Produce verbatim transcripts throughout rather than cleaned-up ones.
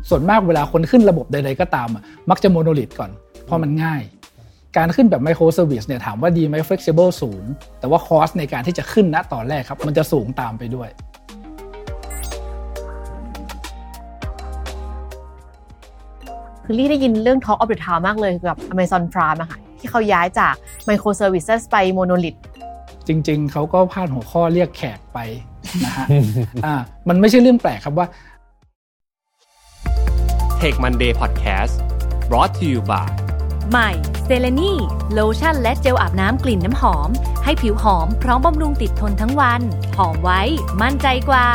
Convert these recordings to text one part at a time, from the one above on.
ส่วนมากเวลาคนขึ้นระบบใดๆก็ตามอ่ะมักจะโมโนลิทก่อนเพราะมันง่ายการขึ้นแบบไมโครเซอร์วิสเนี่ยถามว่าดีไหม flexible สูงแต่ว่าคอสในการที่จะขึ้นณตอนแรกครับมันจะสูงตามไปด้วยคือลี่ได้ยินเรื่อง Talk of the Town มากเลยกับ Amazon Prime อะค่ะที่เขาย้ายจาก Microservices ไป Monolith จริงๆเขาก็พลาดหัวข้อเรียกแขกไปนะฮะ อ่ามันไม่ใช่เรื่องแปลกครับว่า Tech Monday Podcast brought to you by ใหม่เซเลนีโลชั่นและเจลอาบน้ำกลิ่นน้ำหอมให้ผิวหอมพร้อมบำรุงติดทนทั้งวันหอมไว้มั่นใจกว่า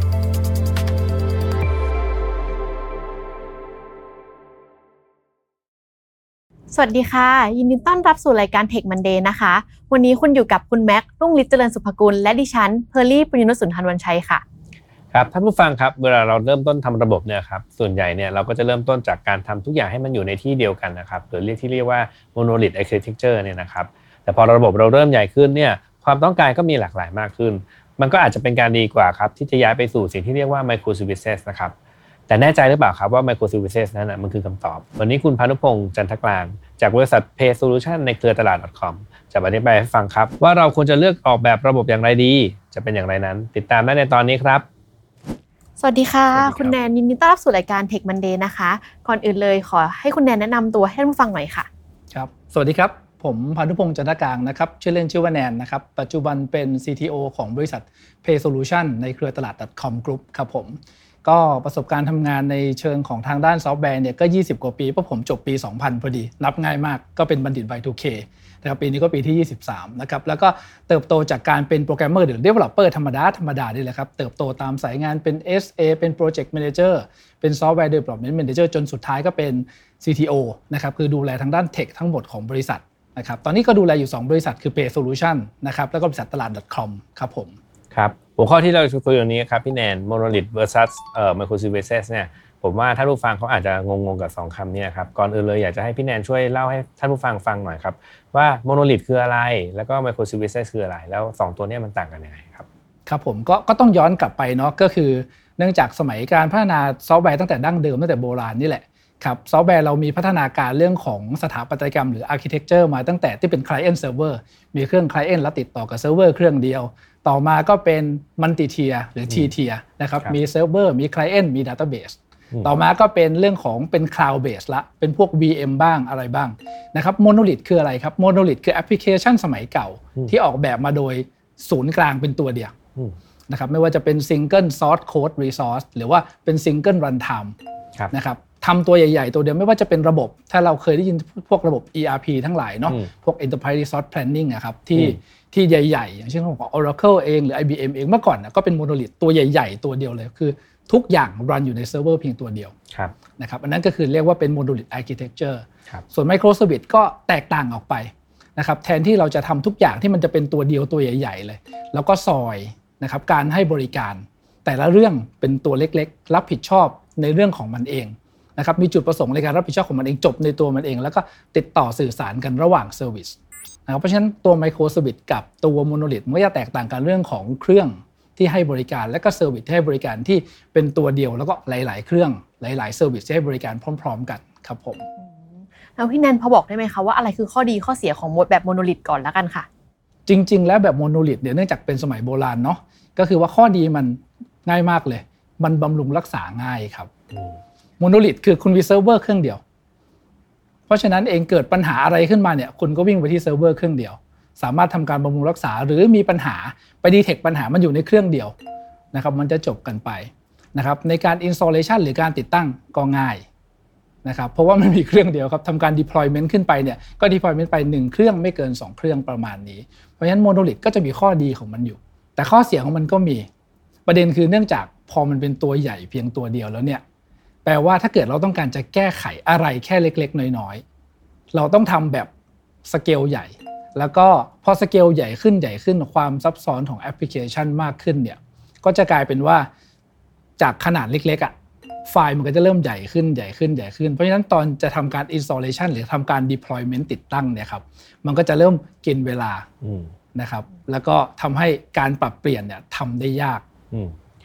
สวัสดีค่ะยินดีต้อนรับสู่รายการ Tech Monday นะคะวันนี้คุณอยู่กับคุณแม็กรุ่งฤทธิ์เจริญสุภกุลและดิฉันเพอร์ลี่ปุญญนุชสุนทรวรรณชัยค่ะครับท่านผู้ฟังครับเวลาเราเริ่มต้นทำระบบเนี่ยครับส่วนใหญ่เนี่ยเราก็จะเริ่มต้นจากการทำทุกอย่างให้มันอยู่ในที่เดียวกันนะครับหรือเรียกที่เรียกว่า monolith architecture เนี่ยนะครับแต่พอระบบเราเริ่มใหญ่ขึ้นเนี่ยความต้องการก็มีหลากหลายมากขึ้นมันก็อาจจะเป็นการดีกว่าครับที่จะย้ายไปสู่สิ่งที่เรียกว่า microservices นะครับแต่แน่ใจหรือเปล่าครับว่า microservices นั้นนะมันคือคำตอบวันนี้คุณพานุพงษ์จันทกลางจากบริษัท Pay Solution ในเครือตลาด .com จะอธิบายให้ฟังครับว่าเราควรจะเลือกออกแบบระบบอย่างไรดีจะเป็นอย่างไรนั้นติดตามได้ในตอนนี้ครับสวัสดีค่ะคุณแนนยินดีต้อนรับสู่รายการ Tech Monday นะคะก่อนอื่นเลยขอให้คุณแนนแนะนำตัวให้ท่านผู้ฟังหน่อยค่ะครับสวัสดีครับผมพานุพงษ์จันทกลางนะครับชื่อเล่นชื่อว่าแนนนะครับปัจจุบันเป็น ซี ที โอ ของบริษัท Pay Solution ในเครือตลาด .com Group ครับผมก็ประสบการณ์ทำงานในเชิงของทางด้านซอฟต์แวร์เนี่ยก็ยี่สิบกว่าปีเพราะผมจบปีสองพันพอดีนับง่ายมากก็เป็นบัณฑิต วาย ทู เค นะครับปีนี้ก็ปีที่ยี่สิบสามนะครับแล้วก็เติบโตจากการเป็นโปรแกรมเมอร์หรือ developer ธรรมดาธรรมดานี่แหละครับเติบโตตามสายงานเป็น เอส เอ เป็น Project Manager เป็น Software Development Manager จนสุดท้ายก็เป็น ซี ที โอ นะครับคือดูแลทางด้านเทคทั้งหมดของบริษัทนะครับตอนนี้ก็ดูแลอยู่สองบริษัทคือ Pay Solution นะครับแล้วก็บริษัทตลาด .com ครับผมครับหัวข้อที่เราจะคุยวันนี้ครับพี่แนน monolith versus เอ่อ microservices เนี่ยผมว่าท่านผู้ฟังเขาอาจจะงงๆกับสองคำนี้ครับก่อนอื่นเลยอยากจะให้พี่แนนช่วยเล่าให้ท่านผู้ฟังฟังหน่อยครับว่า monolith คืออะไรแล้วก็ microservices คืออะไรแล้วสองตัวนี้มันต่างกันยังไงครับครับผมก็ก็ต้องย้อนกลับไปเนาะก็คือเนื่องจากสมัยการพัฒนาซอฟต์แวร์ตั้งแต่ดั้งเดิมตั้งแต่โบราณนี่แหละครับซอฟต์แวร์เรามีพัฒนาการเรื่องของสถาปัตยกรรมหรือ architecture มาตั้งแต่ที่เป็น client server มีเครื่อง client แล้วติดต่อกับเซิร์ฟเวอร์เครื่องเดียวต่อมาก็เป็น multi tier หรือ T tier นะครับมีเซิร์ฟเวอร์มี client มี database ต่อมาก็เป็นเรื่องของเป็น cloud base ละเป็นพวก วี เอ็ม บ้างอะไรบ้างนะครับ monolith คืออะไรครับ monolith คือแอปพลิเคชันสมัยเก่าที่ออกแบบมาโดยศูนย์กลางเป็นตัวเดียวนะครับไม่ว่าจะเป็น single source code resource หรือว่าเป็น single runtime นะครับทำตัวใหญ่ๆตัวเดียวไม่ว่าจะเป็นระบบถ้าเราเคยได้ยินพวกระบบ อี อาร์ พี ทั้งหลายเนาะพวก enterprise resource planning อะครับที่ที่ใหญ่ๆอย่างเช่นของ Oracle เองหรือ ไอ บี เอ็ม เองเมื่อก่อนนะก็เป็น monolith ตัวใหญ่ๆตัวเดียวเลยคือทุกอย่างรันอยู่ในเซิร์ฟเวอร์เพียงตัวเดียวนะครับอันนั้นก็คือเรียกว่าเป็น monolith architecture ส่วน microservice ก็แตกต่างออกไปนะครับแทนที่เราจะทำทุกอย่างที่มันจะเป็นตัวเดียวตัวใหญ่ๆเลยแล้วก็ซอยนะครับการให้บริการแต่ละเรื่องเป็นตัวเล็กๆรับผิดชอบในเรื่องของมันเองนะครับมีจุดประสงค์ในการรับผิดชอบของมันเองจบในตัวมันเองแล้วก็ติดต่อสื่อสารกันระหว่างเซอร์วิสนะครับเพราะฉะนั้นตัว microservice กับตัว monolith มันก็จะแตกต่างกันเรื่องของเครื่องที่ให้บริการและก็เซอร์วิสที่ให้บริการที่เป็นตัวเดียวแล้วก็หลายๆเครื่องหลายๆเซอร์วิสที่ให้บริการพร้อมๆกันครับผมแล้วพี่แนนพอบอกได้ไหมคะว่าอะไรคือข้อดีข้อเสียของแบบ monolith ก่อนแล้วกันค่ะจริงๆแล้วแบบ monolith เดี๋ยวเนื่องจากเป็นสมัยโบราณเนาะก็คือว่าข้อดีมันง่ายมากเลยมันบำรุงรักษาง่ายครับmonolith คือคุณมีเซิร์ฟเวอร์เครื่องเดียวเพราะฉะนั้นเองเกิดปัญหาอะไรขึ้นมาเนี่ยคุณก็วิ่งไปที่เซิร์ฟเวอร์เครื่องเดียวสามารถทำการบำรุงรักษาหรือมีปัญหาไปดีเทคปัญหามันอยู่ในเครื่องเดียวนะครับมันจะจบกันไปนะครับในการ installation หรือการติดตั้งก็ง่ายนะครับเพราะว่ามันมีเครื่องเดียวครับทำการ deployment ขึ้นไปเนี่ยก็ deployment ไปหนึ่งเครื่องไม่เกินสองเครื่องประมาณนี้เพราะฉะนั้น monolith ก็จะมีข้อดีของมันอยู่แต่ข้อเสียของมันก็มีประเด็นคือเนื่องจากพอมันเป็นตัวใหญ่เพียงตัวเดียวแล้วเนี่ยแปลว่าถ้าเกิดเราต้องการจะแก้ไขอะไรแค่เล็กๆน้อยๆเราต้องทำแบบสเกลใหญ่แล้วก็พอสเกลใหญ่ขึ้นใหญ่ขึ้นความซับซ้อนของแอปพลิเคชันมากขึ้นเนี่ยก็จะกลายเป็นว่าจากขนาดเล็กๆอ่ะไฟล์มันก็จะเริ่มใหญ่ขึ้นใหญ่ขึ้นใหญ่ขึ้นเพราะฉะนั้นตอนจะทำการ installation หรือทำการ deployment ติดตั้งเนี่ยครับมันก็จะเริ่มกินเวลานะครับแล้วก็ทำให้การปรับเปลี่ยนเนี่ยทำได้ยาก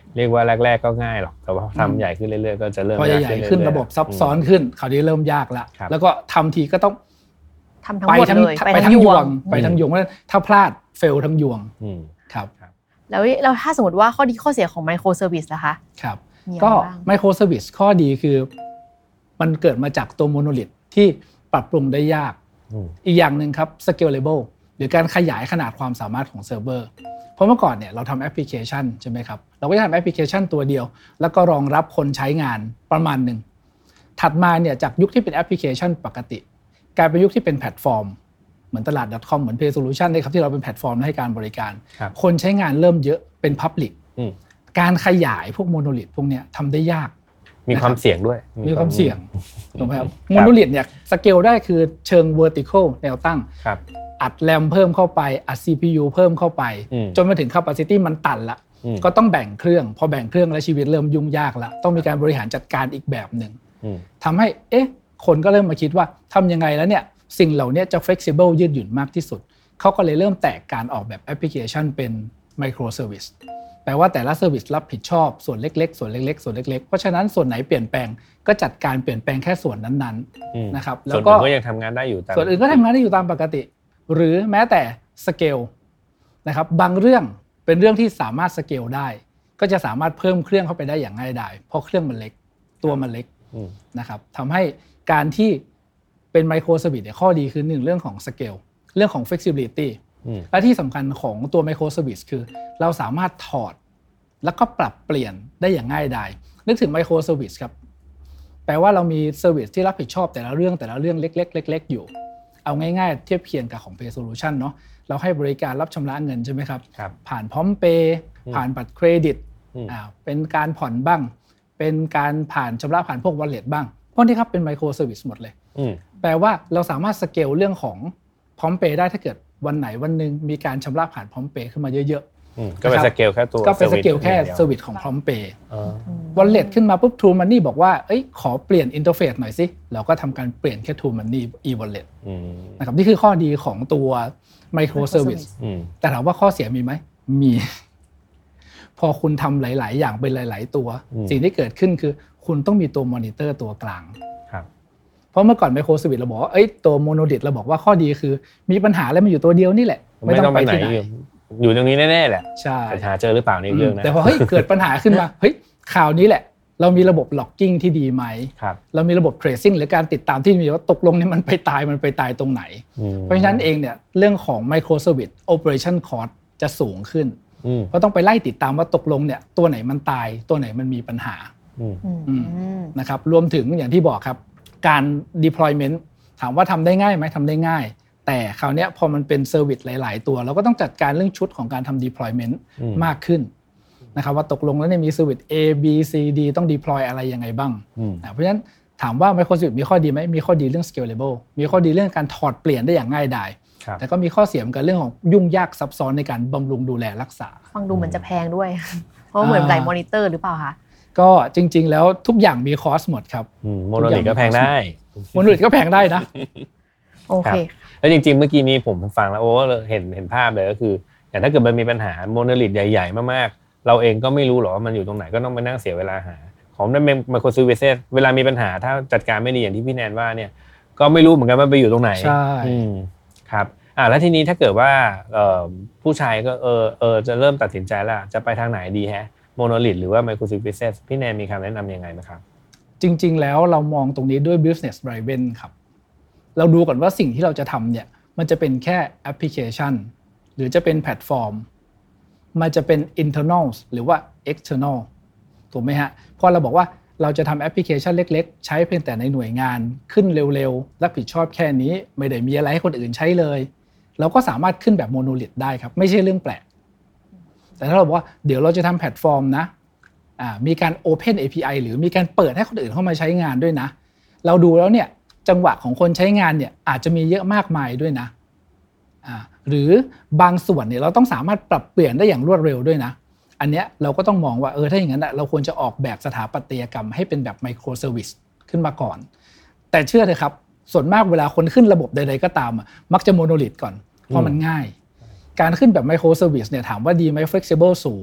เรียกว่าแรกๆก็ง่ายหรอกแต่ว่าทำใหญ่ขึ้นเรื่อยๆก็จะเริ่มพอใหญ่ขึ้นระบบซับซ้อนขึ้นคราวนี้เริ่มยากละแล้วก็ทำทีก็ต้องทำทั้งหมดเลยไปทั้งยวงไปทั้งยวงถ้าพลาดเฟลทั้งยวงครับแล้วแล้วถ้าสมมติว่าข้อดีข้อเสียของไมโครเซอร์วิสล่ะคะครับก็ไมโครเซอร์วิสข้อดีคือมันเกิดมาจากตัวโมโนลิทที่ปรับปรุงได้ยากอีกอย่างนึงครับ scalable หรือการขยายขนาดความสามารถของเซิร์ฟเวอร์เพราะเมื่อก่อนเนี่ยเราทำแอปพลิเคชันใช่ไหมครับเราก็จะทำแอปพลิเคชันตัวเดียวแล้วก็รองรับคนใช้งานประมาณหนึ่งถัดมาเนี่ยจากยุคที่เป็นแอปพลิเคชันปกติกลายเป็นยุคที่เป็นแพลตฟอร์มเหมือนตลาด .com เหมือน Pay Solution เลยครับที่เราเป็นแพลตฟอร์มให้การบริการคนใช้งานเริ่มเยอะเป็น Public การขยายพวกโมโนลิทพวกเนี้ยทำได้ยากมีความเสี่ยงด้วยมีความเสี่ยงถูกไหมครับโมโนลิทเนี่ยสเกลได้คือเชิง vertical แนวตั้งอัดแรมเพิ่มเข้าไปอัด ซี พี ยู เพิ่มเข้าไปจนมาถึง capacity มันตันละก็ต้องแบ่งเครื่องพอแบ่งเครื่องแล้วชีวิตเริ่มยุ่งยากละต้องมีการบริหารจัดการอีกแบบหนึ่งทำให้เอ๊ะคนก็เริ่มมาคิดว่าทำยังไงแล้วเนี่ยสิ่งเหล่านี้จะ flexible ยืดหยุ่นมากที่สุดเขาก็เลยเริ่มแตกการออกแบบแอปพลิเคชันเป็น micro service แปลว่าแต่ละ service รับผิดชอบส่วนเล็กๆส่วนเล็กๆส่วนเล็กๆเพราะฉะนั้นส่วนไหนเปลี่ยนแปลงก็จัดการเปลี่ยนแปลงแค่ส่วนนั้นๆนะครับแล้วก็ส่วนอื่นก็ยังทำงานได้อยู่ส่วนอื่นก็ทำงานได้อยู่ตามปกติหรือแม้แต่สเกลนะครับบางเรื่องเป็นเรื่องที่สามารถสเกลได้ก็จะสามารถเพิ่มเครื่องเข้าไปได้อย่างง่ายดายเพราะเครื่องมันเล็กตัวมันเล็กนะครับทำให้การที่เป็นไมโครเซอร์วิสเนี่ยข้อดีคือหนึ่งเรื่องของสเกลเรื่องของ flexibility และที่สำคัญของตัวไมโครเซอร์วิสคือเราสามารถถอดแล้วก็ปรับเปลี่ยนได้อย่างง่ายดายนึกถึงไมโครเซอร์วิสครับแปลว่าเรามีเซอร์วิสที่รับผิดชอบแต่ละเรื่องแต่ละเรื่องเล็กๆเล็กๆอยู่เอาง่ายๆเทียบเคียงกับของ Pay Solution เนาะเราให้บริการรับชำระเงินใช่ไหมครับผ่านพร้อมเปย์ผ่านบัตรเครดิตอ่าเป็นการผ่อนบ้างเป็นการผ่านชำระผ่านพวก wallet บ้างพวกนี้ครับเป็นไมโครเซอร์วิสหมดเลยแปลว่าเราสามารถสเกลเรื่องของพร้อมเปย์ได้ถ้าเกิดวันไหนวันนึงมีการชำระผ่านพร้อมเปย์ขึ้นมาเยอะๆก็เป็นสเกลแค่ตัวก็เป็นสเกลแค่เซอร์วิสของพร้อมเปย์ wallet ขึ้นมาปุ๊บ True Money บอกว่าเอ้ยขอเปลี่ยนอินเทอร์เฟซหน่อยสิเราก็ทำการเปลี่ยนแค่ True Money e-wallet นะครับนี่คือข้อดีของตัวไมโครเซอร์วิสแต่ถามว่าข้อเสียมีไหมมีพอคุณทำหลายๆอย่างเป็นหลายๆตัวสิ่งที่เกิดขึ้นคือคุณต้องมีตัวมอนิเตอร์ตัวกลางเพราะเมื่อก่อนไมโครเซอร์วิสเราบอกว่าเอ้ยตัวโมโนลิทเราบอกว่าข้อดีคือมีปัญหาแล้วมันอยู่ตัวเดียวนี่แหละไม่ต้องไปที่ไหนอยู่ตรงนี้แน่ๆแหละใช่หาเจอหรือเปล่าในเรื่องนะแต่พอเฮ้ยเกิดปัญหาขึ้นมาเฮ้ยข่าวนี้แหละเรามีระบบล็อกกิ้งที่ดีไหมเรามีระบบเทรซิ่งหรือการติดตามที่มีว่าตกลงเนี่ยมันไปตายมันไปตายตรงไหนเพราะฉะนั้นเองเนี่ยเรื่องของไมโครเซอร์วิสโอเปอเรชั่นคอสต์จะสูงขึ้นเพราะต้องไปไล่ติดตามว่าตกลงเนี่ยตัวไหนมันตายตัวไหนมันมีปัญหานะครับรวมถึงอย่างที่บอกครับการ deployment ถามว่าทำได้ง่ายไหมทำได้ง่ายแต่คราวนี้พอมันเป็นเซอร์วิสหลายๆตัวเราก็ต้องจัดการเรื่องชุดของการทำ deployment มากขึ้นนะครับว่าตกลงแล้วเนี่ยมีเซอร์วิส A B C D ต้อง deploy อะไรยังไงบ้างเพราะฉะนั้นถามว่า Microservice มีข้อดีไหมมีข้อดีเรื่อง scalable มีข้อดีเรื่องการถอดเปลี่ยนได้อย่างง่ายดายแต่ก็มีข้อเสียเหมือนกันเรื่องของยุ่งยากซับซ้อนในการบำรุงดูแลรักษาฟังดูเหมือนจะแพงด้วยเพราะเหมือนหลายมอนิเตอร์หรือเปล่าคะก็จริงๆแล้วทุกอย่างมีคอสหมดครับโมโนลิทก็แพงได้โมโนลิทก็แพงได้นะโอเคแล้วจริงๆเมื่อกี้นี้ผมฟังแล้วโอ้เห็นเห็นภาพเลยก็คืออย่างถ้าเกิดมันมีปัญหาโมโนลิทใหญ่ๆมากๆเราเองก็ไม่รู้หรอกว่ามันอยู่ตรงไหนก็ต้องไปนั่งเสียเวลาหาของในไมโครเซอร์วิสเวลามีปัญหาถ้าจัดการไม่ดีอย่างที่พี่แนนว่าเนี่ยก็ไม่รู้เหมือนกันว่าไปอยู่ตรงไหนใช่ครับอ่าแล้วทีนี้ถ้าเกิดว่าผู้ชายก็เออเออจะเริ่มตัดสินใจแล้วจะไปทางไหนดีฮะโมโนลิทหรือว่าไมโครเซอร์วิสพี่แนนมีคำแนะนำยังไงไหมครับจริงๆแล้วเรามองตรงนี้ด้วย business driven ครับเราดูก่อนว่าสิ่งที่เราจะทำเนี่ยมันจะเป็นแค่แอปพลิเคชันหรือจะเป็นแพลตฟอร์มมันจะเป็น internal หรือว่า external ถูกไหมฮะพอเราบอกว่าเราจะทำแอปพลิเคชันเล็กๆใช้เพียงแต่ในหน่วยงานขึ้นเร็วๆรับผิดชอบแค่นี้ไม่ได้มีอะไรให้คนอื่นใช้เลยเราก็สามารถขึ้นแบบโมโนลิทได้ครับไม่ใช่เรื่องแปลกแต่ถ้าเราบอกว่าเดี๋ยวเราจะทำแพลตฟอร์มนะอ่ามีการ Open เอ พี ไอ หรือมีการเปิดให้คนอื่นเข้ามาใช้งานด้วยนะเราดูแล้วเนี่ยจังหวะของคนใช้งานเนี่ยอาจจะมีเยอะมากมายด้วยนะอ่าหรือบางส่วนเนี่ยเราต้องสามารถปรับเปลี่ยนได้อย่างรวดเร็วด้วยนะอันเนี้ยเราก็ต้องมองว่าเออถ้าอย่างนั้นเราควรจะออกแบบสถาปัตยกรรมให้เป็นแบบไมโครเซอร์วิสขึ้นมาก่อนแต่เชื่อเถอะครับส่วนมากเวลาคนขึ้นระบบใดๆก็ตามมักจะโมโนลิทก่อนเพราะมันง่ายการขึ้นแบบไมโครเซอร์วิสเนี่ยถามว่าดีไหม flexible สูงแต่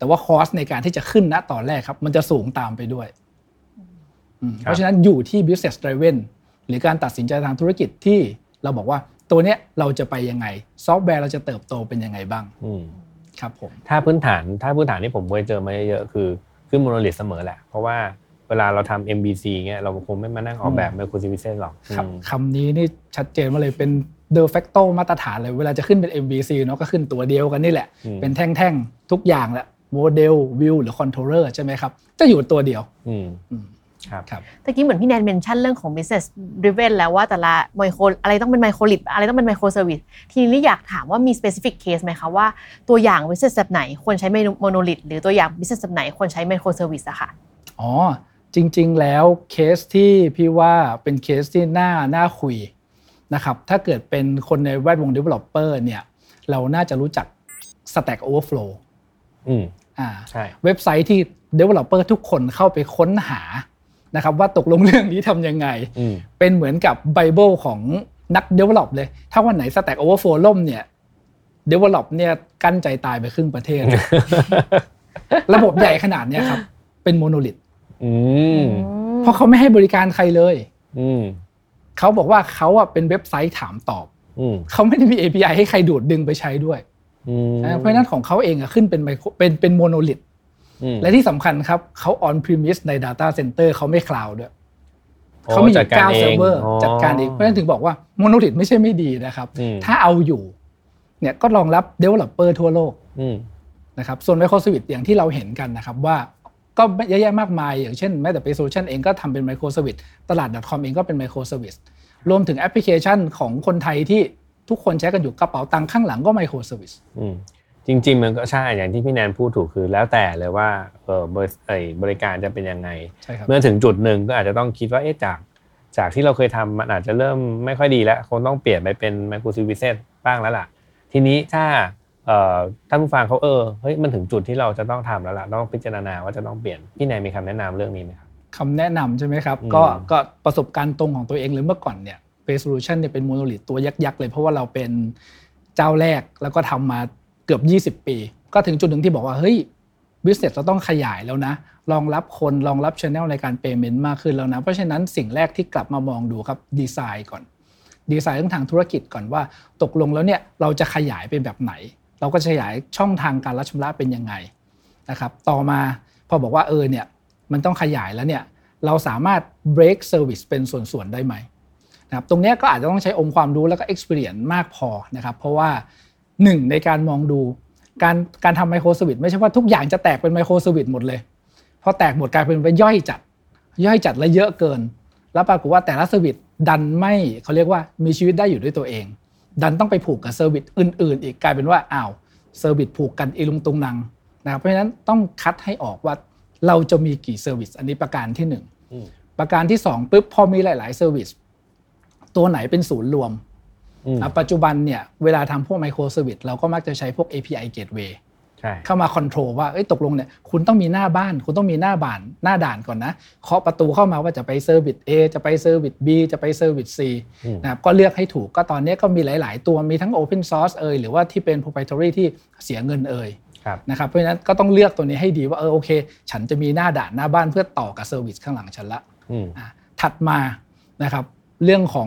แต่ว่าคอสในการที่จะขึ้นณตอนแรกครับมันจะสูงตามไปด้วยเพราะฉะนั้นอยู่ที่ business driven หรือการตัดสินใจทางธุรกิจที่เราบอกว่าตัวเนี้ยเราจะไปยังไงซอฟต์แวร์เราจะเติบโตเป็นยังไงบ้างครับผมถ้าพื้นฐานถ้าพื้นฐานที่ผมเคยเจอมาเยอะๆคือขึ้นโมโนลิธเสมอแหละเพราะว่าเวลาเราทำ เอ็ม บี ซี เงี้ยเราคงไม่มานั่งออกแบบ microservices หรอกครับคำนี้นี่ชัดเจนมาเลยเป็น de facto มาตรฐานเลยเวลาจะขึ้นเป็น เอ็ม บี ซี เนาะก็ขึ้นตัวเดียวกันนี่แหละเป็นแท่งๆทุกอย่างแหละโมเดลวิวหรือ controller ใช่ไหมครับจะอยู่ตัวเดียวครับครับตะกี้เหมือนพี่แนนเมนชั่นเรื่องของ business driven แล้วว่าแต่ละไมโครอะไรต้องเป็นไมโครลิทอะไรต้องเป็นไมโครเซอร์วิสทีนี้อยากถามว่ามี specific case ไหมคะว่าตัวอย่าง business แบบไหนควรใช้โมโนลิทหรือตัวอย่าง business แบบไหนควรใช้ไมโครเซอร์วิสอะค่ะอ๋อจริงๆแล้วเคสที่พี่ว่าเป็นเคสที่น่าน่าคุยนะครับถ้าเกิดเป็นคนในแวดวง developer เนี่ยเราน่าจะรู้จัก Stack Overflow อืมอ่าใช่เว็บไซต์ที่ developer ทุกคนเข้าไปค้นหานะครับว่าตกลงเรื่องนี้ทำยังไงเป็นเหมือนกับไบเบิลของนัก develop เลยถ้าวันไหน Stack Overflow ล่มเนี่ย develop เนี่ยกั้นใจตายไปครึ่งประเทศ ระบบใหญ่ขนาดนี้ครับเป็นโมโนลิทเพราะเขาไม่ให้บริการใครเลยเขาบอกว่าเขาอ่ะเป็นเว็บไซต์ถามตอบเขาไม่ได้มี เอ พี ไอ ให้ใครดูดดึงไปใช้ด้วยเพราะฉะนั้นของเขาเองอ่ะขึ้นเป็นเป็นเป็นโมโนลิทและที่สำคัญครับเขา on premise ใน data center เขาไม่ cloud ด้วยเขามีอยู่เก้าเซิร์ฟเวอร์จัดการเองเพราะฉะนั้นถึงบอกว่าโมโนลิทไม่ใช่ไม่ดีนะครับถ้าเอาอยู่เนี่ยก็รองรับ developer ทั่วโลกนะครับส่วน microservice อย่างที่เราเห็นกันนะครับว่าก็เยอะแยะมากมายอย่างเช่นแม้แต่ Pay Solution เองก็ทำเป็น microservice ตลาด .com เองก็เป็น microservice รวมถึงแอปพลิเคชันของคนไทยที่ทุกคนใช้กันอยู่กระเป๋าตังค์ข้างหลังก็ microservice จริงๆมันก็ใช่อย่างที่พี่แนนพูดถูกคือแล้วแต่เลยว่าเออบริการจะเป็นยังไงเมื่อถึงจุดหนึ่งก็อาจจะต้องคิดว่าเอ๊ะจากจากที่เราเคยทำมันอาจจะเริ่มไม่ค่อยดีแล้วคงต้องเปลี่ยนไปเป็น microservices บ้างแล้วล่ะทีนี้ถ้าเอ่อท่านผู้ฟังเขาเออเฮ้ยมันถึงจุดที่เราจะต้องทำแล้วล่ะต้องพิจารณาว่าจะต้องเปลี่ยนพี่แนนมีคำแนะนำเรื่องนี้ไหมครับคำแนะนำใช่ไหมครับก็ก็ประสบการณ์ตรงของตัวเองเลยเมื่อก่อนเนี่ย Pay Solution เนี่ยเป็นโมโนลิทตัวยักษ์ๆเลยเพราะว่าเราเป็นเจ้าแรกแล้วก็ทำมาเกือบยี่สิบปีก็ถึงจุดหนึ่งที่บอกว่าเฮ้ย business เราต้องขยายแล้วนะรองรับคนรองรับ channel ในการ payment มากขึ้นแล้วนะเพราะฉะนั้นสิ่งแรกที่กลับมามองดูครับดีไซน์ก่อนดีไซน์เรื่องทางธุรกิจก่อนว่าตกลงแล้วเนี่ยเราจะขยายเป็นแบบไหนเราก็จะขยายช่องทางการรับชำระเป็นยังไงนะครับต่อมาพอบอกว่าเออเนี่ยมันต้องขยายแล้วเนี่ยเราสามารถ break service เป็นส่วนๆได้ไหมนะครับตรงนี้ก็อาจจะต้องใช้องค์ความรู้แล้วก็ experience มากพอนะครับเพราะว่าหนึ่งในการมองดูการการทำไมโครเซอร์วิสไม่ใช่ว่าทุกอย่างจะแตกเป็นไมโครเซอร์วิสหมดเลยพอแตกหมดกลายเป็นไปย่อยจัดย่อยจัดและเยอะเกินแล้วปรากฏว่าแต่ละเซอร์วิสดันไม่เขาเรียกว่ามีชีวิตได้อยู่ด้วยตัวเองดันต้องไปผูกกับเซอร์วิสอื่นๆอีกกลายเป็นว่าอ้าวเซอร์วิสผูกกันอีลุงตุงนังนะครับเพราะฉะนั้นต้องคัดให้ออกว่าเราจะมีกี่เซอร์วิสอันนี้ประการที่หนึ่งประการที่สองปุ๊บพอมีหลายๆเซอร์วิสตัวไหนเป็นศูนย์รวมปัจจุบันเนี่ยเวลาทำพวกไมโครเซอร์วิสเราก็มักจะใช้พวก เอ พี ไอ Gateway เข้ามาคอนโทรลว่าเอ้ยตกลงเนี่ยคุณต้องมีหน้าบ้านคุณต้องมีหน้าบ้านหน้าด่านก่อนนะเคาะประตูเข้ามาว่าจะไปเซอร์วิส A จะไปเซอร์วิส B จะไปเซอร์วิส C นะครับก็เลือกให้ถูกก็ตอนนี้ก็มีหลายๆตัวมีทั้ง Open Source เอ่ยหรือว่าที่เป็น Proprietary ที่เสียเงินเอ่ยนะครับเพราะฉะนั้นก็ต้องเลือกตัวนี้ให้ดีว่าเออโอเคฉันจะมีหน้าด่านหน้าบ้านเพื่อต่อกับเซอร์วิสข้างหลังฉันละถัดมานะครับเรื่องของ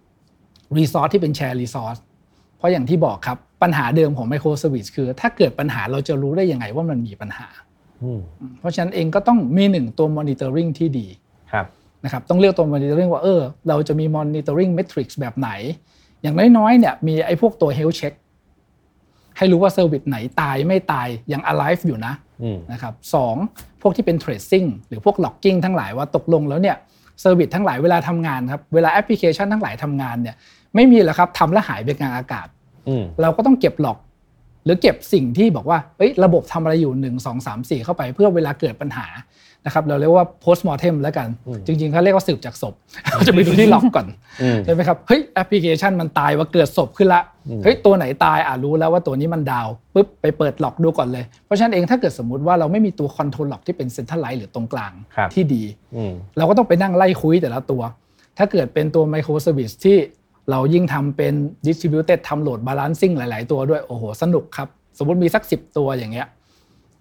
resource ที่เป็น share resource เพราะอย่างที่บอกครับปัญหาเดิมของ microservice คือถ้าเกิดปัญหาเราจะรู้ได้ยังไงว่ามันมีปัญหาเพราะฉะนั้นเองก็ต้องมีหนึ่งตัว monitoring ที่ดีนะครับต้องเลือกตัว monitoring ว่าเออเราจะมี monitoring metrics แบบไหนอย่างน้อยๆเนี่ยมีไอ้พวกตัว health check ให้รู้ว่า service ไหนตายไม่ตายยัง alive อยู่นะนะครับสองพวกที่เป็น tracing หรือพวก logging ทั้งหลายว่าตกลงแล้วเนี่ยเซอร์วิสทั้งหลายเวลาทำงานครับเวลาแอปพลิเคชันทั้งหลายทำงานเนี่ยไม่มีหรอกครับทำแล้วหายไปกลางอากาศเราก็ต้องเก็บหลอกหรือเก็บสิ่งที่บอกว่าเอ้ยระบบทำอะไรอยู่หนึ่ง สอง สาม สี่เข้าไปเพื่อเวลาเกิดปัญหานะครับเราเรียกว่า post mortem แล้วกันจริงๆเขาเรียกว่าสืบจากศพเราจะไปดูที่หลอกก่อนใช่ไหมครับเฮ้ยแอปพลิเคชันมันตายว่าเกิดศพขึ้นละเฮ้ยตัวไหนตายอ่ะรู้แล้วว่าตัวนี้มันดาวปุ๊บไปเปิดหลอกดูก่อนเลยเพราะฉะนั้นเองถ้าเกิดสมมุติว่าเราไม่มีตัวคอนโทรลหลอกที่เป็นเซ็นทรัลไลท์หรือตรงกลางที่ดีเราก็ต้องไปนั่งไล่คุยแต่ละตัวถ้าเกิดเป็นตัวไมโครเซอร์วิสที่เรายิ่งทำเป็น distributed ทำโหลด balancing หลายๆตัวด้วยโอ้โหสนุกครับสมมุติมีสักสิบตัวอย่างเงี้ย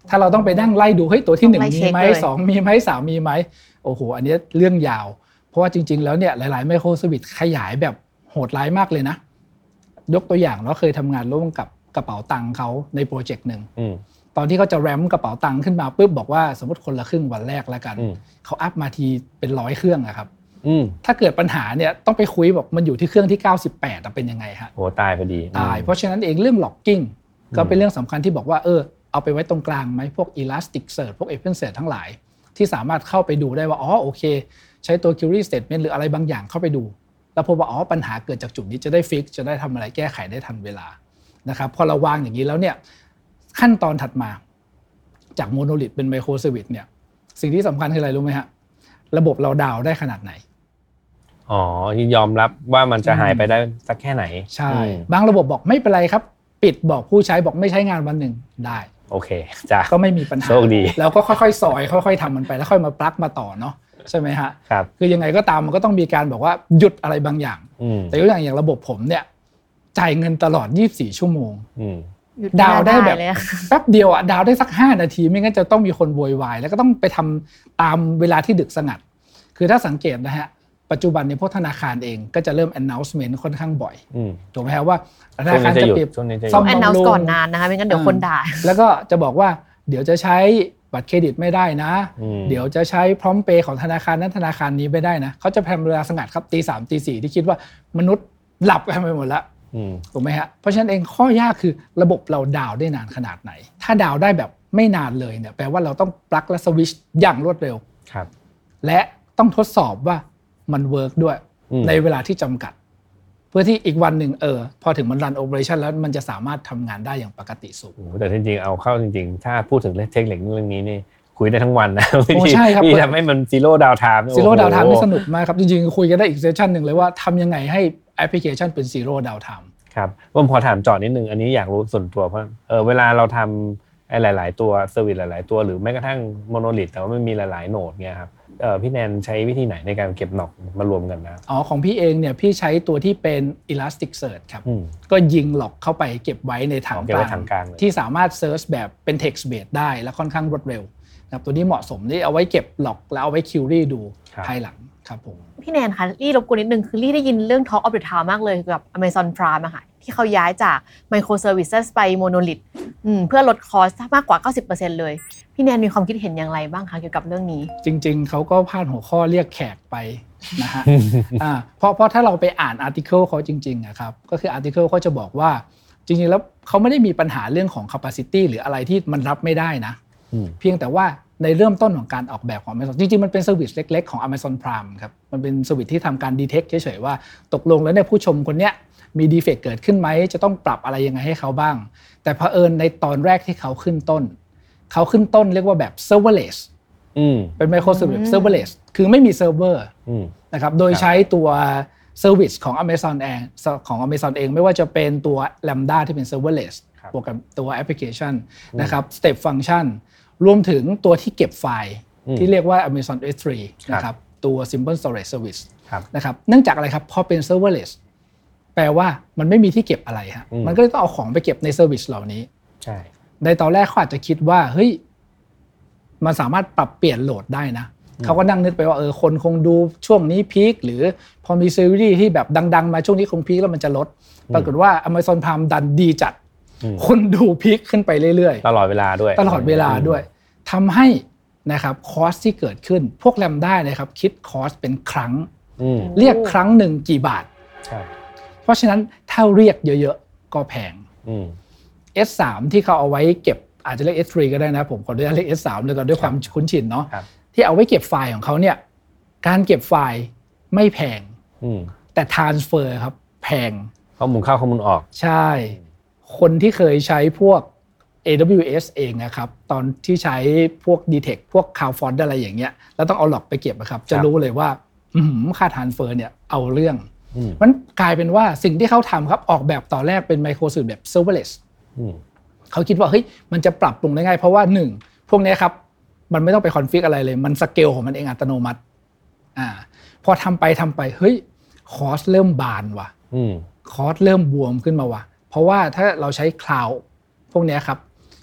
ถ้าเราต้องไปนั่งไล่ดูเฮ้ยตัวที่หนึ่งต้องไล่มีเช็คไหมเลยสองมีไหมสามมีไหมโอ้โหอันนี้เรื่องยาวเพราะว่าจริงๆแล้วเนี่ยหลายๆไมโครเซอร์วิสขยายแบบโหดร้ายมากเลยนะยกตัวอย่างเราเคยทำงานร่วมกับกระเป๋าตังค์เขาในโปรเจกต์หนึ่งตอนที่เขาจะแรมกระเป๋าตังค์ขึ้นมาปุ๊บบอกว่าสมมติคนละครึ่งวันแรกแล้วกันเขาอัพมาทีเป็นร้อยเครื่องอะครับถ้าเกิดปัญหาเนี่ยต้องไปคุยบอกมันอยู่ที่เครื่องที่เก้าสิบแปดอ่ะเป็นยังไงฮะโอ้ตายพอดีตายเพราะฉะนั้นเองเรื่องล็อกกิ้งก็เป็นเรื่องสำคัญที่บอกว่าเออเอาไปไว้ตรงกลางไหมพวก Elasticsearch พวก OpenSearch ทั้งหลายที่สามารถเข้าไปดูได้ว่าอ๋อโอเคใช้ตัว query statement หรืออะไรบางอย่างเข้าไปดูแล้วพบว่าอ๋อปัญหาเกิดจากจุดนี้จะได้ฟิกจะได้ทำอะไรแก้ไขได้ทันเวลานะครับพอเราวางอย่างนี้แล้วเนี่ยขั้นตอนถัดมาจากโมโนลิทเป็นไมโครเซอร์วิสเนี่ยสิ่งที่สำคัญคืออะไรรู้ไหมฮะระบบเราดาวได้ขนาดไหนอ๋อยอมรับว่ามันจะหายไปได้สักแค่ไหนใช่บางระบบบอกไม่เป็นไรครับปิดบอกผู้ใช้บอกไม่ใช้งานวันหนึ่งได้โอเคจ้ะก็ไม่มีปัญหาโชคดีแล้วก็ค่อยๆซอยค่อยๆทำมันไปแล้วค่อยมาปลั๊กมาต่อเนาะใช่ไหมฮะครับคือยังไงก็ตามมันก็ต้องมีการบอกว่าหยุดอะไรบางอย่างแต่ตัวอย่างอย่างระบบผมเนี่ยจ่ายเงินตลอดยี่สิบสี่ชั่วโมงดาวได้แบบแป๊บเดียวอ่ะดาวได้สักห้านาทีไม่งั้นจะต้องมีคนโวยวายแล้วก็ต้องไปทำตามเวลาที่ดึกสงัดคือถ้าสังเกตนะฮะปัจจุบันในพวกธนาคารเองก็จะเริ่ม announcement ค่อนข้างบ่อยถูกไหมครับว่าธนาคารจะปิดซ่อม announce ก่อนนานนะคะไม่งั้นเดี๋ยวคนด่าแล้วก็จะบอกว่าเดี๋ยวจะใช้บัตรเครดิตไม่ได้นะเดี๋ยวจะใช้พร้อมเพย์ของธนาคารนั้นธนาคารนี้ไม่ได้นะเขาจะแพร่เวลาสงัดครับตีสามตีสี่ที่คิดว่ามนุษย์หลับกันไปหมดแล้วถูกไหมฮะเพราะฉะนั้นเองข้อยากคือระบบเราดาวได้นานขนาดไหนถ้าดาวได้แบบไม่นานเลยเนี่ยแปลว่าเราต้องปลั๊กและสวิตช์อย่างรวดเร็วครับและต้องทดสอบว่ามันเวิร์กด้วยในเวลาที่จำกัดเพื่อที่อีกวันหนึ่งเออพอถึงมันรันโอเปอเรชั่นแล้วมันจะสามารถทำงานได้อย่างปกติสุดแต่จริงๆเอาเข้าจริงๆถ้าพูดถึงเรื่องเทคนิคเรื่องนี้นี่คุยได้ทั้งวันนะโอ้ใช่ครับที่ทำให้มันซีโร่ดาวไทม์ซีโร่ดาวไทม์นี่สนุกมากครับจริงๆคุยกันได้อีกเซสชั่นหนึ่งเลยว่าทำยังไงให้แอปพลิเคชันเป็นซีโร่ดาวไทม์ครับผมขอถามจอดนิดนึงอันนี้อยากรู้ส่วนตัวเพราะเออเวลาเราทำไอ้หลายๆตัวเซอร์วิสหลายๆตัวหรือแม้กระทั่งโมโนลิทแต่ว่ามันมีหลายๆโหนดเนี่ยครับเออพี่แนนใช้วิธีไหนในการเก็บหนอกมารวมกันนะอ๋อของพี่เองเนี่ยพี่ใช้ตัวที่เป็น Elasticsearch ครับก็ยิงหลอกเข้าไปเก็บไว้ในถังกลางที่สามารถเซิร์ชแบบเป็น text based ได้และค่อนข้างรวดเร็วครับตัวนี้เหมาะสมที่เอาไว้เก็บหลอกแล้วเอาไว้ query ดูภายหลังครับผมพี่แนนคะลี่รบกวนนิดนึงคือลี่ได้ยินเรื่อง Talk of the Town มากเลยกับ Amazon Prime อะค่ะที่เขาย้ายจาก Microservices ไป Monolith อืมเพื่อลดคอสมากกว่า เก้าสิบเปอร์เซ็นต์ เลยพี่แนนมีความคิดเห็นอย่างไรบ้างคะเกี่ยวกับเรื่องนี้จริงๆเขาก็พาดหัวข้อเรียกแขกไปนะฮะ อ่าเพราะเพราะถ้าเราไปอ่านอาร์ติเคิลเขาจริงๆอะครับก็คืออาร์ติเคิลเขาจะบอกว่าจริงๆแล้วเขาไม่ได้มีปัญหาเรื่องของ capacity หรืออะไรที่มันรับไม่ได้นะเพียงแต่ว่าในเริ่มต้นของการออกแบบของ Amazon จริงๆมันเป็นเซอร์วิสเล็กๆของ Amazon Prime ครับมันเป็นเซอร์วิสที่ทำการ detect เฉยๆว่าตกลงแล้วเนี่ยผู้ชมคนเนี้ยมีดีเฟกต์เกิดขึ้นไหมจะต้องปรับอะไรยังไงให้เขาบ้างแต่เผอิญในตอนแรกที่เขาขึ้นต้นเขาขึ้นต้นเรียกว่าแบบ serverless เป็น microservice serverless คือไม่มีเซิร์ฟเวอร์นะครับโดยใช้ตัวเซอร์วิสของ Amazon เองของ Amazon เองไม่ว่าจะเป็นตัว Lambda ที่เป็น serverless บวกกับตัวแอปพลิเคชันนะครับ step function รวมถึงตัวที่เก็บไฟล์ที่เรียกว่า Amazon เอส ทรี นะครับตัว Simple Storage Service นะครับเนื่องจากอะไรครับพอเป็น serverless แปลว่ามันไม่มีที่เก็บอะไรฮะมันก็เลยต้องเอาของไปเก็บในเซอร์วิสเหล่านี้ใช่ในตอนแรกเขาอาจจะคิดว่าเฮ้ยมันสามารถปรับเปลี่ยนโหลดได้นะเขาก็นั่งนึกไปว่าเออคนคงดูช่วงนี้พีคหรือพอมีซีรีส์ที่แบบดังๆมาช่วงนี้คงพีคแล้วมันจะลดปรากฏว่า Amazon Prime ดันดีจัดคนดูพีคขึ้นไปเรื่อยๆตลอดเวลาด้วยตลอดเวลาด้วยทำให้นะครับคอสที่เกิดขึ้นพวก Lambda นะครับคิดคอสเป็นครั้งเรียกครั้งหนึ่งกี่บาทใช่เพราะฉะนั้นถ้าเรียกเยอะๆก็แพง เอส สาม ที่เขาเอาไว้เก็บอาจจะเรียก เอส ทรี ก็ได้นะผมขออนุญาตเรียก เอส สาม เลยก่อนด้วยความคุ้นชินเนาะที่เอาไว้เก็บไฟล์ของเขาเนี่ยการเก็บไฟล์ไม่แพงแต่ transfer ครับแพงข้อมูลเข้าข้อมูลออกใช่คนที่เคยใช้พวก เอ ดับเบิลยู เอส เองนะครับตอนที่ใช้พวก Detect พวก CloudFront อะไรอย่างเงี้ยแล้วต้องเอาล็อกไปเก็บนะครับจะรู้เลยว่าค่า transfer เนี่ยเอาเรื่องมันกลายเป็นว่าสิ่งที่เขาทำครับออกแบบตอนแรกเป็น Microservice แบบ serverless เขาคิดว่าเฮ้ยมันจะปรับปรุงได้ง่ายเพราะว่าหนึ่งพวกนี้ครับมันไม่ต้องไปคอนฟิกอะไรเลยมันสเกลของมันเองอัตโนมัติอ่าพอทำไปทำไปเฮ้ยคอสเริ่มบานว่ะคอสเริ่มบวมขึ้นมาว่ะเพราะว่าถ้าเราใช้คลาวด์พวกนี้ครับ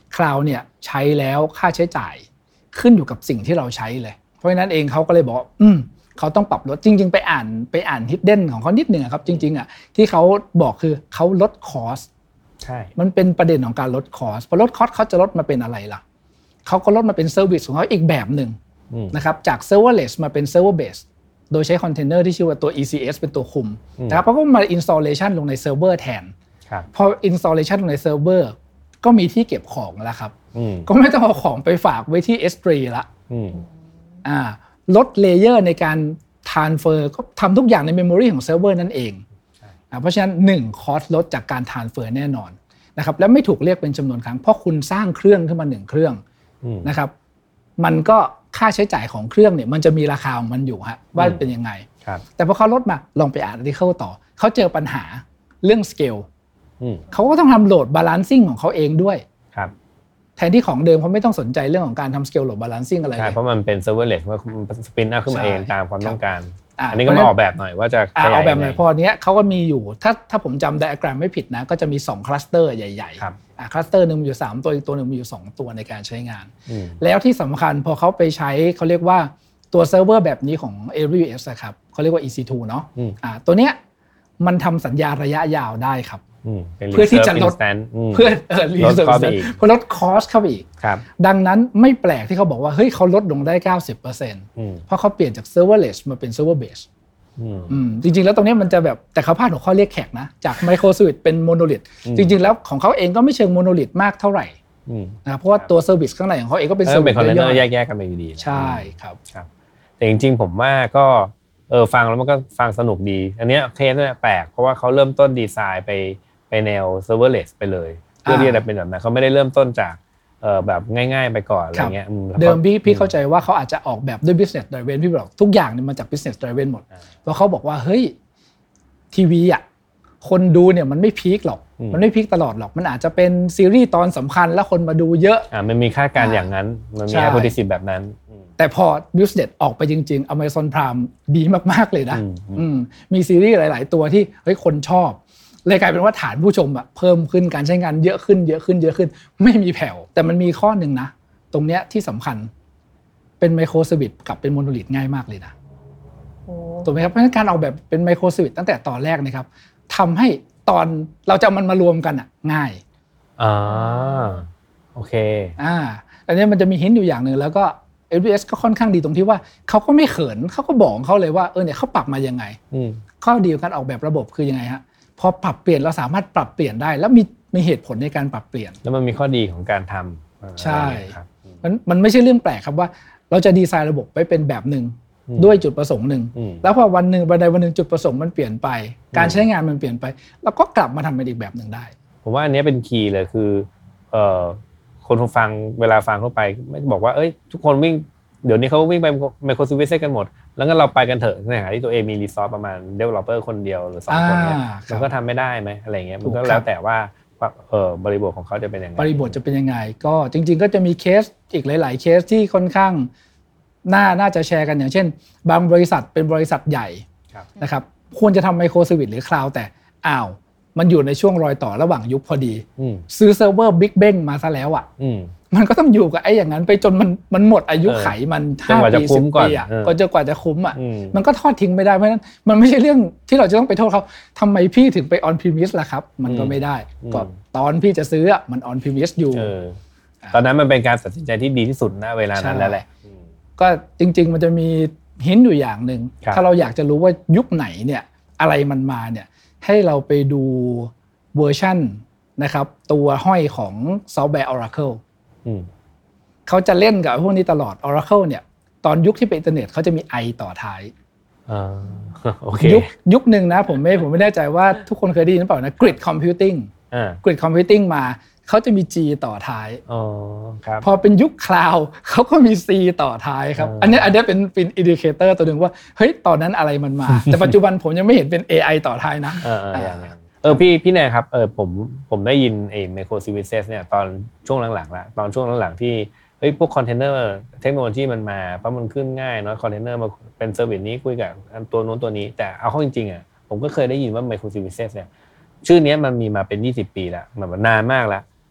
คลาวด์เนี่ยใช้แล้วค่าใช้จ่ายขึ้นอยู่กับสิ่งที่เราใช้เลยเพราะฉะนั้นเองเขาก็เลยบอกอืมเขาต้องปรับลดจริงๆไปอ่านไปอ่าน hidden ของเขานิดนึงครับจริงๆอ่ะที่เขาบอกคือเขาลดคอสใช่มันเป็นประเด็นของการลดคอสพอลดคอสเขาจะลดมาเป็นอะไรล่ะเขาก็ลดมาเป็นเซอร์วิสของเขาอีกแบบนึงนะครับจาก serverless มาเป็น server based โดยใช้คอนเทนเนอร์ที่ชื่อว่าตัว อี ซี เอส เป็นตัวคุมนะครับเขาก็มา installation ลงในเซิร์ฟเวอร์แทนพอ installation ลงในเซิร์ฟเวอร์ก็มีที่เก็บของแล้วครับก็ไม่ต้องเอาของไปฝากไว้ที่ เอส ทรี ละอ่าลดเลเยอร์ในการ transfer ก็ทำทุกอย่างใน memory ของเซิร์ฟเวอร์นั่นเองเพราะฉะนั้นหนึ่งคอสลดจากการ transfer แน่นอนนะครับและไม่ถูกเรียกเป็นจำนวนครั้งเพราะคุณสร้างเครื่องขึ้นมาหนึ่งเครื่องนะครับมันก็ค่าใช้จ่ายของเครื่องเนี่ยมันจะมีราคาของมันอยู่ฮะว่าเป็นยังไงแต่พอเขาลดมาลองไปอ่าน article ต่อเขาเจอปัญหาเรื่อง scale เขาก็ต้องทำโหลด balancing ของเขาเองด้วยแทนที่ของเดิมเขาไม่ต้องสนใจเรื่องของการทำ scale load balancing อะไรเลยใช่เพราะมันเป็น serverless มันสปินอัพขึ้นมาเองตามความต้องการอันนี้ก็มาออกแบบหน่อยว่าจะออกแบบหน่อยพอเนี้ยเขาก็มีอยู่ถ้าถ้าผมจำไดอะแกรมไม่ผิดนะก็จะมีสองคลัสเตอร์ใหญ่ๆอ่ะคลัสเตอร์นึงมีอยู่สามตัวอีกตัวนึงมีอยู่สองตัวในการใช้งานแล้วที่สำคัญพอเขาไปใช้เขาเรียกว่าตัวเซิร์ฟเวอร์แบบนี้ของ เอ ดับเบิลยู เอส ครับเขาเรียกว่า อี ซี ทู เนาะอ่ะตัวเนี้ยมันทำสัญญาระยะยาวได้ครับเพื่อที่จะลดเพื่อเออรีเซิร์ฟเพื่อลดคอสเข้าไปอีกดังนั้นไม่แปลกที่เขาบอกว่าเฮ้ยเขาลดลงได้ เก้าสิบเปอร์เซ็นต์ เพราะเขาเปลี่ยนจาก serverless มาเป็น server based จริงๆแล้วตรงนี้มันจะแบบแต่เขาพลาดหัวข้อเรียกแขกนะจาก microservice เป็น monolith จริงๆแล้วของเขาเองก็ไม่เชิง monolith มากเท่าไหร่นะเพราะว่าตัว service ข้างในของเขาเองก็เป็น service เป็น container แยกๆกันไปอยู่ดีใช่ครับแต่จริงๆผมว่าก็เออฟังแล้วมันก็ฟังสนุกดีอันนี้เคสเนี่ยแปลกเพราะว่าเขาเริ่มต้นดีไซน์ไปไปแนว serverless ไปเลยเพื่อที่จะเป็นแบบนั้นเขาไม่ได้เริ่มต้นจากเอ่อแบบง่ายๆไปก่อนอะไรเงี้ยเดิมพี่พี่เข้าใจว่าเขาอาจจะออกแบบด้วย business driven พี่บอกทุกอย่างเนี่ยมาจาก business driven หมดเพราะเขาบอกว่าเฮ้ยทีวีอ่ะคนดูเนี่ยมันไม่พีคหรอกมันไม่พีคตลอดหรอกมันอาจจะเป็นซีรีส์ตอนสำคัญแล้วคนมาดูเยอะอ่ามันมีคาดการณ์อย่างนั้นมันมี hypothesis แบบนั้นแต่พอ business ออกไปจริงๆ Amazon Prime ดีมากๆเลยนะมีซีรีส์หลายๆตัวที่เฮ้ยคนชอบเลยกลายเป็นว่าฐานผู้ชมอะเพิ่มขึ้นการใช้งานเยอะขึ้นเยอะขึ้นเยอะขึ้นไม่มีแผ่วแต่มันมีข้อหนึ่งนะตรงเนี้ยที่สำคัญเป็นไมโครเซอร์วิสกับเป็นโมโนลิธง่ายมากเลยนะถูกไหมครับเพราะฉะนั้นการออกแบบเป็นไมโครเซอร์วิสตั้งแต่ตอนแรกนะครับทำให้ตอนเราจะมันมารวมกันอะง่ายอ่าโอเคอ่าอันนี้มันจะมีหินอยู่อย่างนึงแล้วก็ เอ ดับเบิลยู เอส ก็ค่อนข้างดีตรงที่ว่าเขาก็ไม่เขินเขาก็บอกเขาเลยว่าเออเนี่ยเขาปรับมายังไงข้อดีของการออกแบบระบบคือยังไงฮะพอปรับเปลี่ยนเราสามารถปรับเปลี่ยนได้แล้วมีมีเหตุผลในการปรับเปลี่ยนแล้วมันมีข้อดีของการทำใช่ครับมันมันไม่ใช่เรื่องแปลกครับว่าเราจะดีไซน์ระบบไว้เป็นแบบนึงด้วยจุดประสงค์นึงแล้วพอวันนึงวันใดวันนึงจุดประสงค์มันเปลี่ยนไปการใช้งานมันเปลี่ยนไปเราก็กลับมาทำเป็นอีกแบบนึงได้ผมว่าอันนี้เป็นคีย์เลยคือเอ่อคนฟังเวลาฟังเข้าไปไม่บอกว่าเอ้ยทุกคนวิ่งเดี๋ยวนี้เขาวิ่งไปไมโครเซอร์วิสกันหมดแล้วงั้นเราไปกันเถอะในขณะที่ตัวเองมีรีซอสประมาณ developer คนเดียวหรือสองคนเนี่ยมันก็ทำไม่ได้ไหมอะไรเงี้ยมันก็แล้วแต่ว่าเออบริบทของเขาจะเป็นยังไงบริบทจะเป็นยังไงก็จริงๆก็จะมีเคสอีกหลายๆเคสที่ค่อนข้างน่าน่าจะแชร์กันอย่างเช่นบางบริษัทเป็นบริษัทใหญ่นะครับควรจะทำไมโครเซอร์วิสหรือคลาวด์แต่อ้าวมันอยู่ในช่วงรอยต่อระหว่างยุคพอดีซื้อเซิร์ฟเวอร์บิ๊กเบ้งมาซะแล้วอ่ะมันก็ต้องอยู่กับไอ้อย่างนั้นไปจนมันมันหมดอายุไขมันห้าปีสิบปีอ่ะก็จะกว่าจะคุ้มอ่ะมันก็ทอดทิ้งไม่ได้เพราะฉะนั้นมันไม่ใช่เรื่องที่เราจะต้องไปโทษเขาทำไมพี่ถึงไปออนพรีมิสล่ะครับมันก็ไม่ได้ก็ตอนพี่จะซื้ออ่ะมันออนพรีมิสอยู่ตอนนั้นมันเป็นการตัดสินใจที่ดีที่สุดนะเวลานั้นแล้วแหละก็จริงๆมันจะมีหินอยู่อย่างนึงถ้าเราอยากจะรู้ว่ายุคไหนเนี่ยอะไรมันมาเนี่ยให้เราไปดูเวอร์ชั่นนะครับตัวห้อยของซอฟต์แวร์ Oracle เขาจะเล่นกับพวกนี้ตลอด Oracle เนี่ยตอนยุคที่เป็นอินเทอร์เน็ตเขาจะมี i ต่อท้ายโอเคยุคยุคนึงนะผมไม่ผมไม่แน่ใจว่าทุกคนเคยได้ยินหรือเปล่านะ Grid Computing Grid Computing มาเขาจะมี G ต่อท้ายพอเป็นยุคคลาวด์เขาก็มี C ต่อท้ายครับอันนี้อันนี้เป็นเป็นอินดิเคเตอร์ตัวนึงว่าเฮ้ยตอนนั้นอะไรมันมาแต่ปัจจุบันผมยังไม่เห็นเป็น เอ ไอ ต่อท้ายนะเออเออพี่พี่แนนครับเออผมผมได้ยินไอ้ microservices เนี่ยตอนช่วงหลังๆละตอนช่วงหลังๆที่เฮ้ยพวกคอนเทนเนอร์เทคโนโลยีมันมาเพราะมันขึ้นง่ายเนาะคอนเทนเนอร์มาเป็นเซอร์วิสนี้คุยกับตัวโน้นตัวนี้แต่เอาเข้าจริงๆอ่ะผมก็เคยได้ยินว่า microservices เนี่ยชื่อนี้มันมีมาเป็นยี่สิบปีแล้วแบบนานมากแล้ว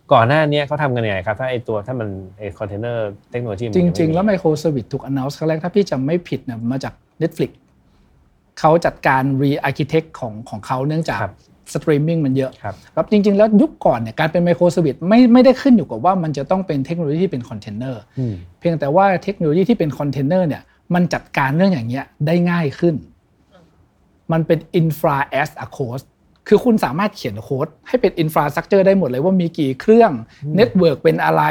ก่อนหน้านี้เขาทำกันยังไงครับถ้าไอตัวถ้ามันไอคอนเทนเนอร์เทคโนโลยีจริงๆแล้ว Microservice ถูก announce ครั้งแรกถ้าพี่จำไม่ผิดเนี่ยมาจาก Netflix เขาจัดการ re-architect ของของเขาเนื่องจากสตรีมมิ่งมันเยอะครับจริงๆแล้วยุคก่อนเนี่ยการเป็น Microservice ไม่ไม่ได้ขึ้นอยู่กับว่ามันจะต้องเป็นเทคโนโลยีที่เป็นคอนเทนเนอร์เพียงแต่ว่าเทคโนโลยีที่เป็นคอนเทนเนอร์เนี่ยมันจัดการเรื่องอย่างเงี้ยได้ง่ายขึ้นมันเป็น infra as a code คือคุณสามารถเขียนโค้ดให้เป็น infrastructure ได้หมดเลยว่ามีกี่เครื่อง network เป็นอะไร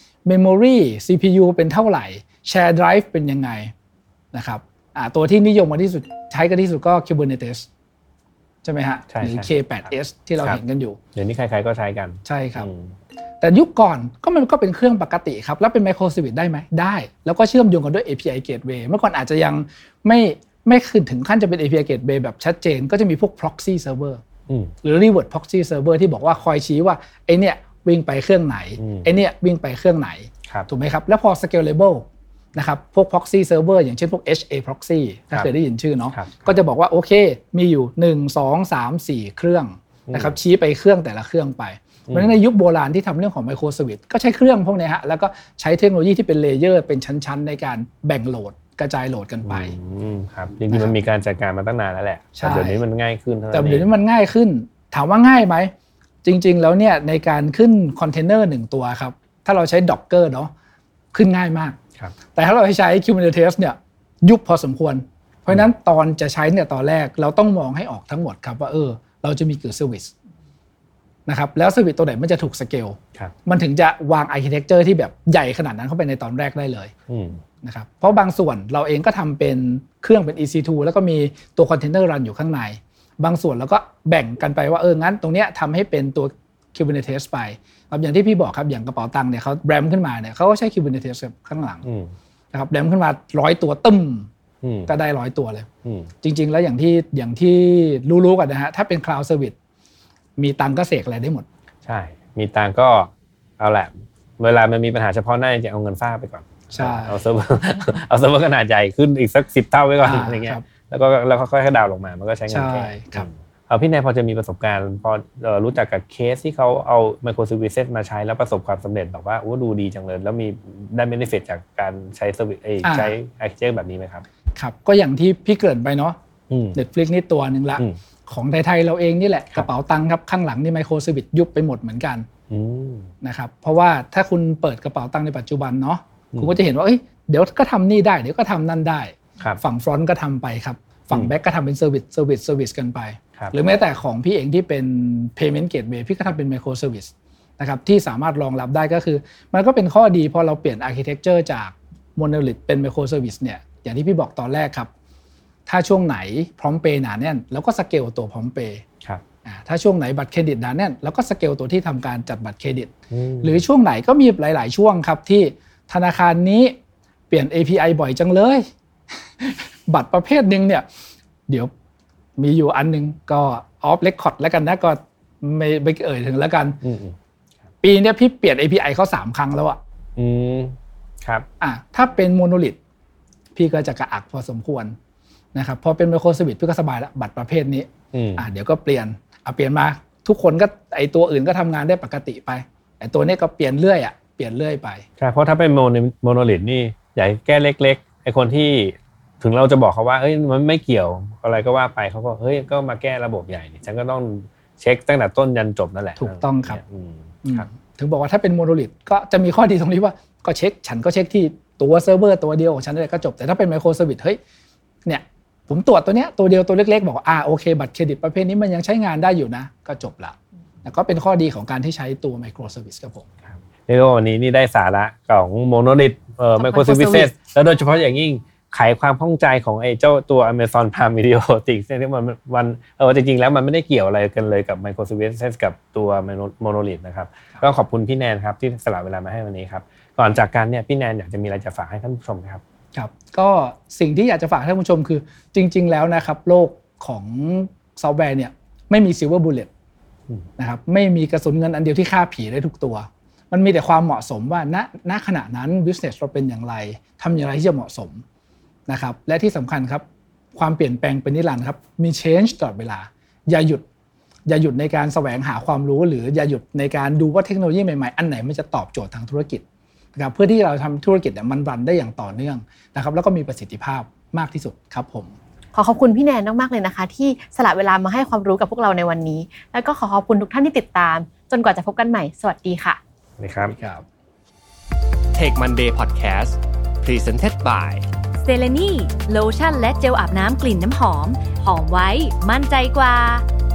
memory ซี พี ยู เป็นเท่าไหร่ share drive เป็นยังไงนะครับอ่าตัวที่นิยมกันที่สุดใช้กันที่สุดก็ Kubernetes ใช่ไหมฮะหรือ เค แปด เอส ที่เราเห็นกันอยู่เดี๋ยวนี้ใครๆก็ใช้กันใช่ครับแต่ยุคก่อนก็มันก็เป็นเครื่องปกติครับแล้วเป็น Microservice ได้ไหมได้แล้วก็เชื่อมโยงกันด้วย เอ พี ไอ Gateway เมื่อก่อนอาจจะยังไม่ไม่ขึ้นถึงขั้นจะเป็น เอ พี ไอ Gateway แบบชัดเจนก็จะมีพวก proxy server หรือ reward proxy server ที่บอกว่าคอยชี้ว่าไอเนี่ยวิ่งไปเครื่องไหนไอเนี่ยวิ่งไปเครื่องไหนถูกไหมครับแล้วพอ scalable นะครับพวก proxy server อย่างเช่นพวก เอช เอ proxy ถ้าเคยได้ยินชื่อเนาะก็จะบอกว่าโอเคมีอยู่หนึ่ง สอง สาม สี่เครื่องนะครับชี้ไปเครื่องแต่ละเครื่องไปเพราะฉะนั้นในยุคโบราณที่ทำเรื่องของ Microservice ก็ใช้เครื่องพวกนี้ฮะแล้วก็ใช้เทคโนโลยีที่เป็นเลเยอร์เป็นชั้นๆในการแบ่งโหลดกระจายโหลดกันไปครับจริงๆมันมีการจัดการมาตั้งนานแล้วแหละแต่เดี๋ยวนี้มันง่ายขึ้นแต่เดี๋ยวนี้มันง่ายขึ้นถามว่าง่ายไหมจริงๆแล้วเนี่ยในการขึ้นคอนเทนเนอร์หนึ่งตัวครับถ้าเราใช้ Docker เนาะขึ้นง่ายมากแต่ถ้าเราใช้ Kubernetes เนี่ยยุบพอสมควรเพราะฉะนั้นตอนจะใช้เนี่ยตอนแรกเราต้องมองให้ออกทั้งหมดครับว่าเออเราจะมีกี่เซอร์วิสนะครับแล้วเซอร์วิสตัวไหนมันจะถูกสเกลมันถึงจะวางอาร์คิเทคเจอร์ที่แบบใหญ่ขนาดนั้นเข้าไปในตอนแรกได้เลยนะครับเพราะบางส่วนเราเองก็ทำเป็นเครื่องเป็น อี ซี ทู แล้วก็มีตัวคอนเทนเนอร์รันอยู่ข้างในบางส่วนเราก็แบ่งกันไปว่าเอองั้นตรงเนี้ยทำให้เป็นตัว Kubernetes ไปครับอย่างที่พี่บอกครับอย่างกระเป๋าตังค์เนี่ยเขาแรมขึ้นมาเนี่ยเขาก็ใช้ Kubernetes ข้างหลังนะครับแรมขึ้นมาร้อยตัวตึ้มก็ได้ร้อยตัวเลยจริงๆแล้วอย่างที่อย่างที่รู้ๆกันนะฮะถ้าเป็น Cloud Service มีตังก็เสกอะไรได้หมดใช่มีตังก็เอาแหละเวลามันมีปัญหาเฉพาะหน้าจะเอาเงินฟาดไปก่อนใช่เอาเซิร์ฟเวอร์เอาเซิร์ฟเวอร์ขนาดใหญ่ขึ้นอีกสักสิบเท่าไว้ก่อนอะไรเงี้ยแล้วก็แล้วค่อยๆดาวลงมามันก็ใช้เงินแค่ครับเอาพี่นายพอจะมีประสบการณ์พอรู้จักกับเคสที่เขาเอา Microservices มาใช้แล้วประสบความสำเร็จแบบว่าโอ้ดูดีจังเลยแล้วมีได้ benefit จากการใช้ service ใช้ architecture แบบนี้ไหมครับครับก็อย่างที่พี่เกริ่นไปเนาะ Netflix นี่ตัวนึงละของไทยๆเราเองนี่แหละกระเป๋าตังค์ครับข้างหลังนี่ Microservice ยุบไปหมดเหมือนกันนะครับเพราะว่าถ้าคุณเปิดกระเป๋าตังค์ในปัจจุบันเนาะคุณก็จะเห็นว่าเอ้ยเดี๋ยวก็ทำนี่ได้เดี๋ยวก็ทำนั่นได้ฝั่ง front ก็ทำไปครับฝั่ง back ก็ทำเป็น service service service กันไปหรือแม้แต่ของพี่เองที่เป็น payment gateway พี่ก็ทำเป็น microservice นะครับที่สามารถรองรับได้ก็คือมันก็เป็นข้อดีพอเราเปลี่ยน architecture จาก monolith เป็น microservice เนี่ยอย่างที่พี่บอกตอนแรกครับถ้าช่วงไหนพร้อมเปย์หนาแน่นแล้วก็สเกลตัวพร้อมเปย์ถ้าช่วงไหนบัตรเครดิตหนาแน่นแล้วก็สเกลตัวที่ทำการจัดบัตรเครดิตหรือช่วงไหนก็มีหลายๆช่วงครับที่ธนาคารนี้เปลี่ยน เอ พี ไอ บ่อยจังเลยบัตรประเภทนึงเนี่ยเดี๋ยวมีอยู่อันนึงก็ออฟเรคคอร์ดแล้วกันนะก็ไม่ไม่เอ่ยถึงแล้วกันปีนี้พี่เปลี่ยน เอ พี ไอ เขาสามครั้งแล้วอ่ะอืมครับอ่ะถ้าเป็นโมโนลิทพี่ก็จะกระอักพอสมควรนะครับพอเป็นไมโครเซอร์วิสพี่ก็สบายละบัตรประเภทนี้อ่ะเดี๋ยวก็เปลี่ยนอ่ะเปลี่ยนมาทุกคนก็ไอตัวอื่นก็ทำงานได้ปกติไปไอตัวนี้ก็เปลี่ยนเรื่อยอ่ะเปลี่ยนเรื่อยไปใช่เพราะถ้าเป็นโมโนโมโนลิทนี่ใหญ่แก้เล็กๆไอคนที่ถึงเราจะบอกเขาว่าเฮ้ยมันไม่เกี่ยวอะไรก็ว่าไปเขาก็เฮ้ยก็มาแก้ระบบใหญ่นี่ฉันก็ต้องเช็คตั้งแต่ต้นยันจบนั่นแหละถูกต้องครับถึงบอกว่าถ้าเป็นโมโนลิทก็จะมีข้อดีตรงนี้ว่าก็เช็คฉันก็เช็คที่ตัวเซิร์ฟเวอร์ตัวเดียวของฉันได้ก็จบแต่ถ้าเป็นไมโครเซอร์วิสเฮ้ยเนี่ยผมตรวจตัวเนี้ยตัวเดียวตัวเล็กๆบอกอ่าโอเคบัตรเครดิตประเภทนี้มันยังใช้งานได้อยู่นะก็จบละแล้วก็เป็นข้อดีของการที่ใช้ตัวไมโครเซอร์วิสครับผมในวันนี้นี่ได้สาระของโมโนลิทเอ่อไมโครเซอร์วิสแล้วโดยเฉพาะอย่างยิ่งไขความข้องใจของไอ้เจ้าตัว Amazon Prime Video Tics เนี่ยที่มันมันเออจริงๆแล้วมันไม่ได้เกี่ยวอะไรกันเลยกับ Microservices กับตัว Monolith นะครับก็ขอบคุณพี่แนนครับที่สละเวลามาให้วันนี้ครับก่อนจากกันเนี่ยพี่แนนอยากจะมีอะไรจะฝากให้ท่านผู้ชมครับครับก็สิ่งที่อยากจะฝากให้ท่านผู้ชมคือจริงๆแล้วนะครับโลกของซอฟต์แวร์เนี่ยไม่มี Silver Bullet นะครับไม่มีกระสุนเงินอันเดียวที่ฆ่าผีได้ทุกตัวมันมีแต่ความเหมาะสมว่าณณขณะนั้น business เราเป็นอย่างไรทำอย่างไรที่จะเหมาะสมนะครับและที่สำคัญครับความเปลี่ยนแปลงเป็นนิรันดร์ครับมี change ตลอดเวลาอย่าหยุดอย่าหยุดในการแสวงหาความรู้หรืออย่าหยุดในการดูว่าเทคโนโลยีใหม่ๆอันไหนมันจะตอบโจทย์ทางธุรกิจนะครับเพื่อที่เราทำธุรกิจเนี่ยมันรันได้อย่างต่อเนื่องนะครับแล้วก็มีประสิทธิภาพมากที่สุดครับผมขอขอบคุณพี่แนนมากๆเลยนะคะที่สละเวลามาให้ความรู้กับพวกเราในวันนี้แล้วก็ขอขอบคุณทุกท่านที่ติดตามจนกว่าจะพบกันใหม่สวัสดีค่ะสวัสดีครับครับ Tech Monday Podcast Presented by สเตเลนีโลชั่นและเจลอาบน้ำกลิ่นน้ำหอมหอมไว้มั่นใจกว่า